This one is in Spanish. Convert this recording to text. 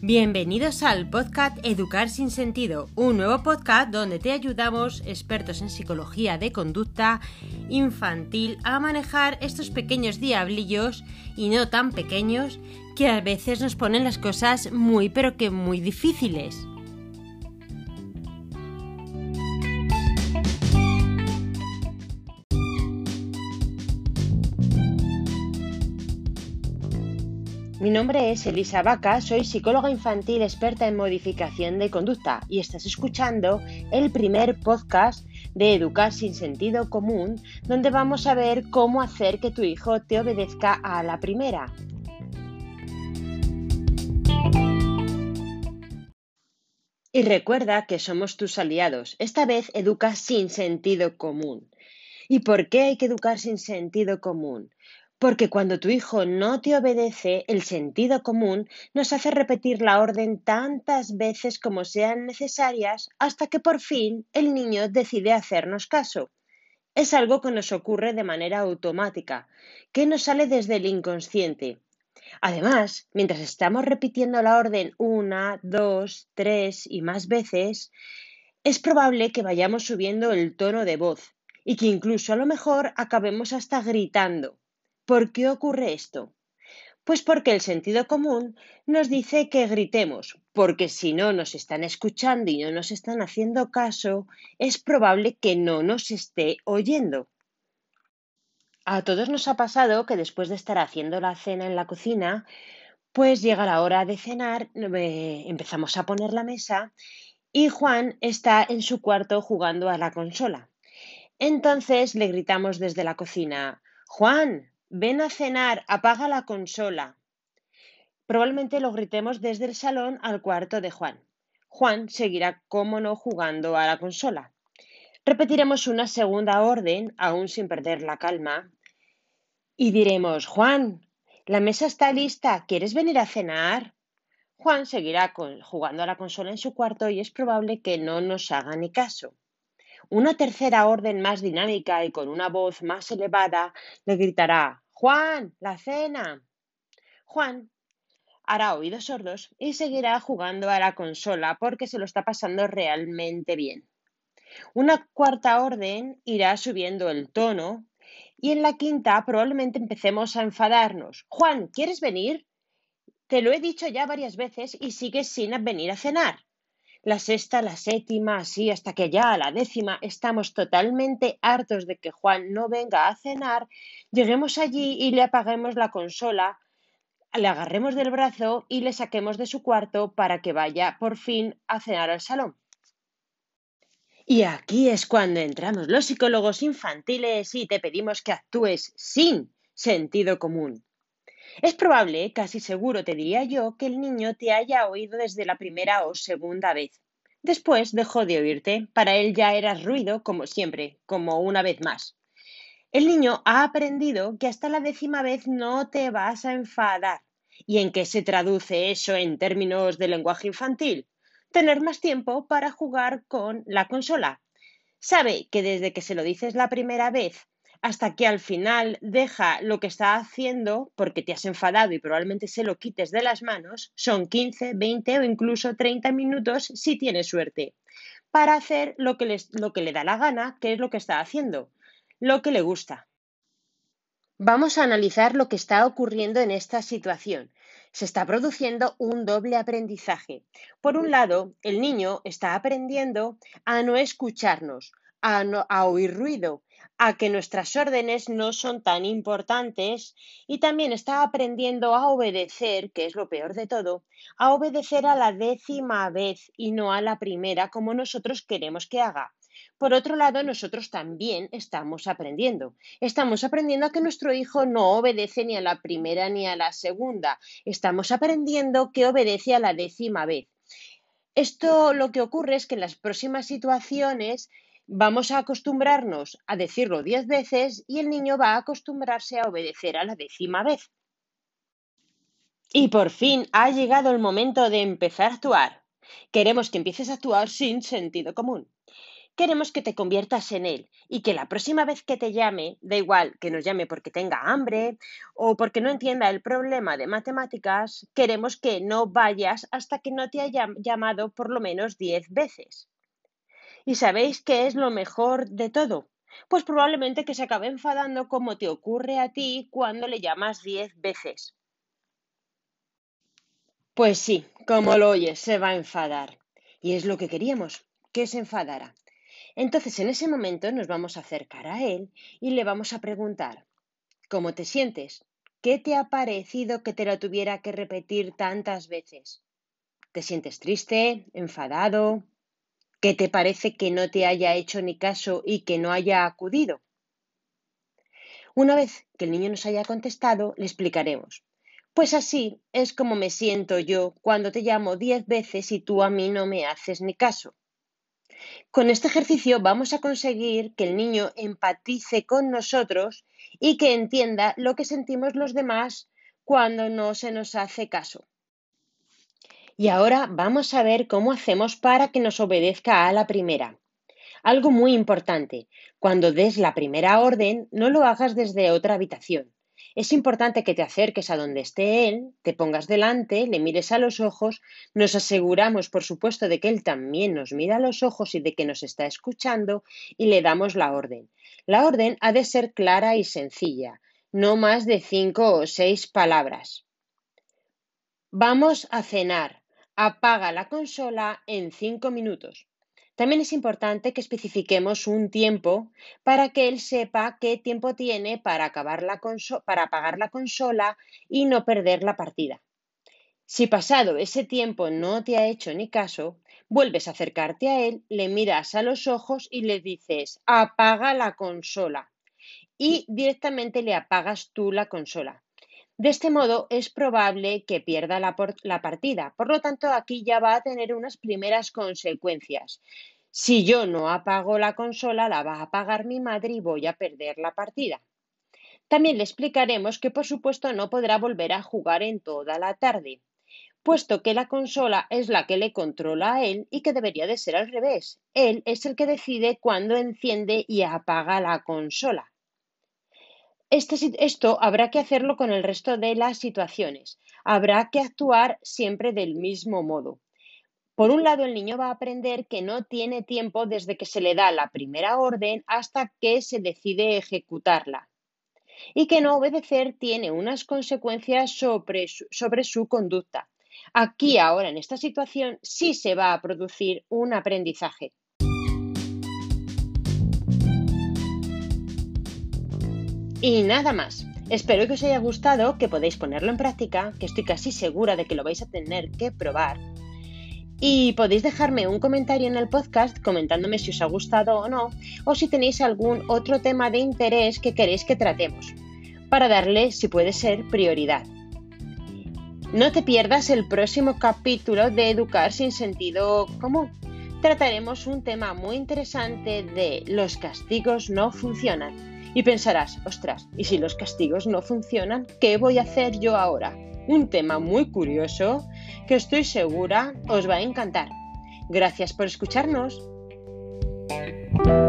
Bienvenidos al podcast Educar sin Sentido, un nuevo podcast donde te ayudamos, expertos en psicología de conducta infantil, a manejar estos pequeños diablillos y no tan pequeños que a veces nos ponen las cosas muy pero que muy difíciles. Mi nombre es Elisa Vaca, soy psicóloga infantil experta en modificación de conducta y estás escuchando el primer podcast de Educar sin Sentido Común, donde vamos a ver cómo hacer que tu hijo te obedezca a la primera. Y recuerda que somos tus aliados. Esta vez educa sin sentido común. ¿Y por qué hay que educar sin sentido común? Porque cuando tu hijo no te obedece, el sentido común nos hace repetir la orden tantas veces como sean necesarias hasta que por fin el niño decide hacernos caso. Es algo que nos ocurre de manera automática, que nos sale desde el inconsciente. Además, mientras estamos repitiendo la orden una, dos, tres y más veces, es probable que vayamos subiendo el tono de voz y que incluso a lo mejor acabemos hasta gritando. ¿Por qué ocurre esto? Pues porque el sentido común nos dice que gritemos, porque si no nos están escuchando y no nos están haciendo caso, es probable que no nos esté oyendo. A todos nos ha pasado que después de estar haciendo la cena en la cocina, pues llega la hora de cenar, empezamos a poner la mesa y Juan está en su cuarto jugando a la consola. Entonces le gritamos desde la cocina: Juan, ven a cenar, apaga la consola. Probablemente lo gritemos desde el salón al cuarto de Juan. Juan seguirá, como no, jugando a la consola. Repetiremos una segunda orden, aún sin perder la calma, y diremos: Juan, la mesa está lista, ¿quieres venir a cenar? Juan seguirá jugando a la consola en su cuarto y es probable que no nos haga ni caso. Una tercera orden más dinámica y con una voz más elevada le gritará: Juan, la cena. Juan hará oídos sordos y seguirá jugando a la consola porque se lo está pasando realmente bien. Una cuarta orden irá subiendo el tono y en la quinta probablemente empecemos a enfadarnos. Juan, ¿quieres venir? Te lo he dicho ya varias veces y sigues sin venir a cenar. La sexta, la séptima, así hasta que ya a la décima estamos totalmente hartos de que Juan no venga a cenar, lleguemos allí y le apaguemos la consola, le agarremos del brazo y le saquemos de su cuarto para que vaya por fin a cenar al salón. Y aquí es cuando entramos los psicólogos infantiles y te pedimos que actúes sin sentido común. Es probable, casi seguro te diría yo, que el niño te haya oído desde la primera o segunda vez. Después dejó de oírte, para él ya eras ruido como siempre, como una vez más. El niño ha aprendido que hasta la 10ª vez no te vas a enfadar. ¿Y en qué se traduce eso en términos de lenguaje infantil? Tener más tiempo para jugar con la consola. Sabe que desde que se lo dices la primera vez hasta que al final deja lo que está haciendo, porque te has enfadado y probablemente se lo quites de las manos, son 15, 20 o incluso 30 minutos si tienes suerte, para hacer lo que le da la gana, que es lo que está haciendo, lo que le gusta. Vamos a analizar lo que está ocurriendo en esta situación. Se está produciendo un doble aprendizaje. Por un lado, el niño está aprendiendo a no escucharnos, a oír ruido, a que nuestras órdenes no son tan importantes y también está aprendiendo a obedecer, que es lo peor de todo, a obedecer a la 10ª vez y no a la primera como nosotros queremos que haga. Por otro lado, nosotros también estamos aprendiendo. Estamos aprendiendo a que nuestro hijo no obedece ni a la primera ni a la segunda. Estamos aprendiendo que obedece a la 10ª vez. Esto lo que ocurre es que en las próximas situaciones vamos a acostumbrarnos a decirlo 10 veces y el niño va a acostumbrarse a obedecer a la 10ª vez. Y por fin ha llegado el momento de empezar a actuar. Queremos que empieces a actuar sin sentido común. queremos que te conviertas en él y que la próxima vez que te llame, da igual que nos llame porque tenga hambre o porque no entienda el problema de matemáticas, queremos que no vayas hasta que no te haya llamado por lo menos 10 veces. ¿Y sabéis qué es lo mejor de todo? Pues probablemente que se acabe enfadando como te ocurre a ti cuando le llamas 10 veces. Pues sí, como lo oyes, se va a enfadar. Y es lo que queríamos, que se enfadara. Entonces, en ese momento nos vamos a acercar a él y le vamos a preguntar, ¿cómo te sientes? ¿Qué te ha parecido que te lo tuviera que repetir tantas veces? ¿Te sientes triste, enfadado? ¿Qué te parece que no te haya hecho ni caso y que no haya acudido? Una vez que el niño nos haya contestado, le explicaremos. Pues así es como me siento yo cuando te llamo 10 veces y tú a mí no me haces ni caso. Con este ejercicio vamos a conseguir que el niño empatice con nosotros y que entienda lo que sentimos los demás cuando no se nos hace caso. Y ahora vamos a ver cómo hacemos para que nos obedezca a la primera. Algo muy importante, cuando des la primera orden, no lo hagas desde otra habitación. Es importante que te acerques a donde esté él, te pongas delante, le mires a los ojos, nos aseguramos, por supuesto, de que él también nos mira a los ojos y de que nos está escuchando y le damos la orden. La orden ha de ser clara y sencilla, no más de 5 o 6 palabras. Vamos a cenar. Apaga la consola en 5 minutos. También es importante que especifiquemos un tiempo para que él sepa qué tiempo tiene para apagar la consola y no perder la partida. Si pasado ese tiempo no te ha hecho ni caso, vuelves a acercarte a él, le miras a los ojos y le dices, apaga la consola. Y directamente le apagas tú la consola. De este modo es probable que pierda la partida. Por lo tanto, aquí ya va a tener unas primeras consecuencias. Si yo no apago la consola, la va a apagar mi madre y voy a perder la partida. También le explicaremos que, por supuesto, no podrá volver a jugar en toda la tarde, puesto que la consola es la que le controla a él y que debería de ser al revés. Él es el que decide cuándo enciende y apaga la consola. Esto habrá que hacerlo con el resto de las situaciones. Habrá que actuar siempre del mismo modo. Por un lado, el niño va a aprender que no tiene tiempo desde que se le da la primera orden hasta que se decide ejecutarla y que no obedecer tiene unas consecuencias sobre su conducta. Aquí, ahora, en esta situación, sí se va a producir un aprendizaje. Y nada más. Espero que os haya gustado, que podéis ponerlo en práctica, que estoy casi segura de que lo vais a tener que probar. Y podéis dejarme un comentario en el podcast comentándome si os ha gustado o no, o si tenéis algún otro tema de interés que queréis que tratemos, para darle, si puede ser, prioridad. No te pierdas el próximo capítulo de Educar sin sentido común. Trataremos un tema muy interesante de los castigos no funcionan. Y pensarás, ostras, ¿y si los castigos no funcionan? ¿Qué voy a hacer yo ahora? Un tema muy curioso que estoy segura os va a encantar. Gracias por escucharnos.